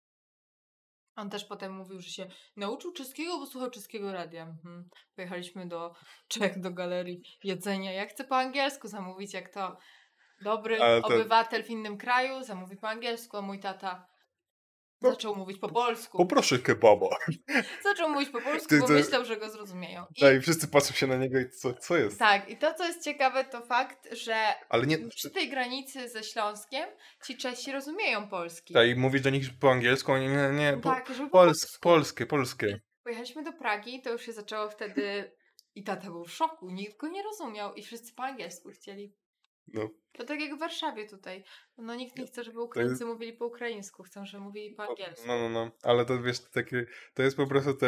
[SPEAKER 1] On też potem mówił, że się nauczył czeskiego, bo słuchał czeskiego radia. Pojechaliśmy do Czech, do galerii jedzenia. Ja chcę po angielsku zamówić, jak to dobry obywatel w innym kraju zamówi po angielsku, a mój tata zaczął mówić po polsku.
[SPEAKER 2] Poproszę kebaba.
[SPEAKER 1] Zaczął mówić po polsku, bo myślał, że go zrozumieją.
[SPEAKER 2] I wszyscy patrzą się na niego i co jest?
[SPEAKER 1] Tak, i to, co jest ciekawe, to fakt, że
[SPEAKER 2] Ale nie...
[SPEAKER 1] przy tej granicy ze Śląskiem ci Czesi rozumieją polski.
[SPEAKER 2] Tak, i mówisz do nich po angielsku, oni nie,
[SPEAKER 1] tak, żeby po
[SPEAKER 2] polskie.
[SPEAKER 1] Pojechaliśmy do Pragi, to już się zaczęło wtedy i tata był w szoku, nikt go nie rozumiał i wszyscy po angielsku chcieli.
[SPEAKER 2] No.
[SPEAKER 1] To tak jak w Warszawie tutaj. No nikt nie chce, żeby Ukraińcy mówili po ukraińsku, chcą, żeby mówili po angielsku.
[SPEAKER 2] No. Ale to wiesz, to jest po prostu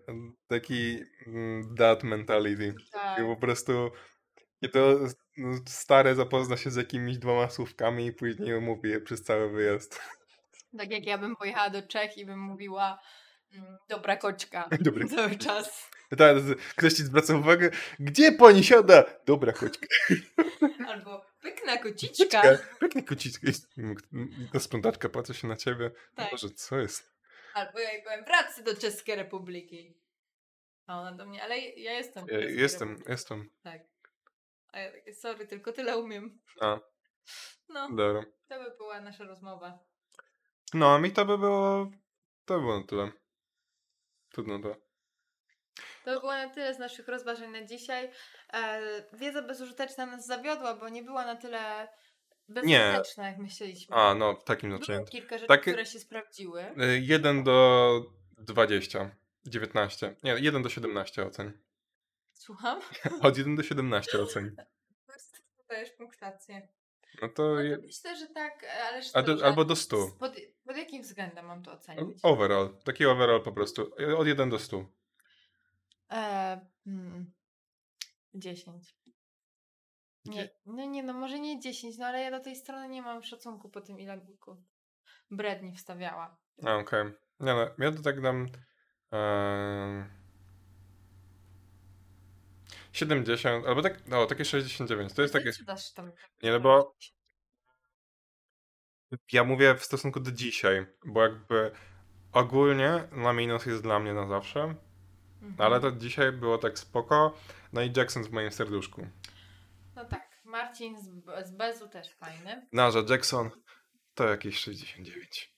[SPEAKER 2] taki that mentality.
[SPEAKER 1] Tak.
[SPEAKER 2] I po prostu i to stare zapozna się z jakimiś 2 słówkami i później mówi je przez cały wyjazd.
[SPEAKER 1] Tak jak ja bym pojechała do Czech i bym mówiła dobra koćka
[SPEAKER 2] Dobry.
[SPEAKER 1] cały czas.
[SPEAKER 2] Tak, ktoś ci zwraca uwagę, gdzie pani siada? Dobra koćka.
[SPEAKER 1] Albo pykna kociczka.
[SPEAKER 2] Pykna kociczka. Ta sprzątaczka patrzy się na ciebie.
[SPEAKER 1] Tak.
[SPEAKER 2] Boże, co jest?
[SPEAKER 1] Albo ja jej powiem, wracaj do Czeskiej Republiki. A ona do mnie, ale ja jestem.
[SPEAKER 2] Jestem.
[SPEAKER 1] Tak. A ja takie, sorry, tylko tyle umiem.
[SPEAKER 2] A.
[SPEAKER 1] No,
[SPEAKER 2] Dobra.
[SPEAKER 1] to by była nasza rozmowa.
[SPEAKER 2] No, a mi to by było na tyle. Trudno to.
[SPEAKER 1] To by było na tyle z naszych rozważań na dzisiaj. Wiedza bezużyteczna nas zawiodła, bo nie była na tyle bezużyteczna, jak myśleliśmy.
[SPEAKER 2] A, no, takim znaczeniu.
[SPEAKER 1] Było kilka rzeczy, które się sprawdziły.
[SPEAKER 2] 1 do 20. 19. Nie, 1 do 17 oceń.
[SPEAKER 1] Słucham?
[SPEAKER 2] Od 1 do 17 oceń.
[SPEAKER 1] Dajesz punktację.
[SPEAKER 2] No to...
[SPEAKER 1] Myślę, że tak, ale
[SPEAKER 2] Albo do 100.
[SPEAKER 1] Pod jakim względem mam to ocenić?
[SPEAKER 2] Overall. Taki overall po prostu. Od 1 do 100.
[SPEAKER 1] 10. Nie, może nie 10, no ale ja do tej strony nie mam szacunku po tym, ile bredni wstawiała.
[SPEAKER 2] Okej. Nie no, ja to tak dam 70, albo tak, takie 69. To jest takie... Nie, no bo ja mówię w stosunku do dzisiaj, bo jakby ogólnie na minus jest dla mnie na zawsze, ale to dzisiaj było tak spoko, no i Jackson w moim serduszku.
[SPEAKER 1] No tak, Marcin z Bezu też fajny.
[SPEAKER 2] No, że Jackson to jakieś 69.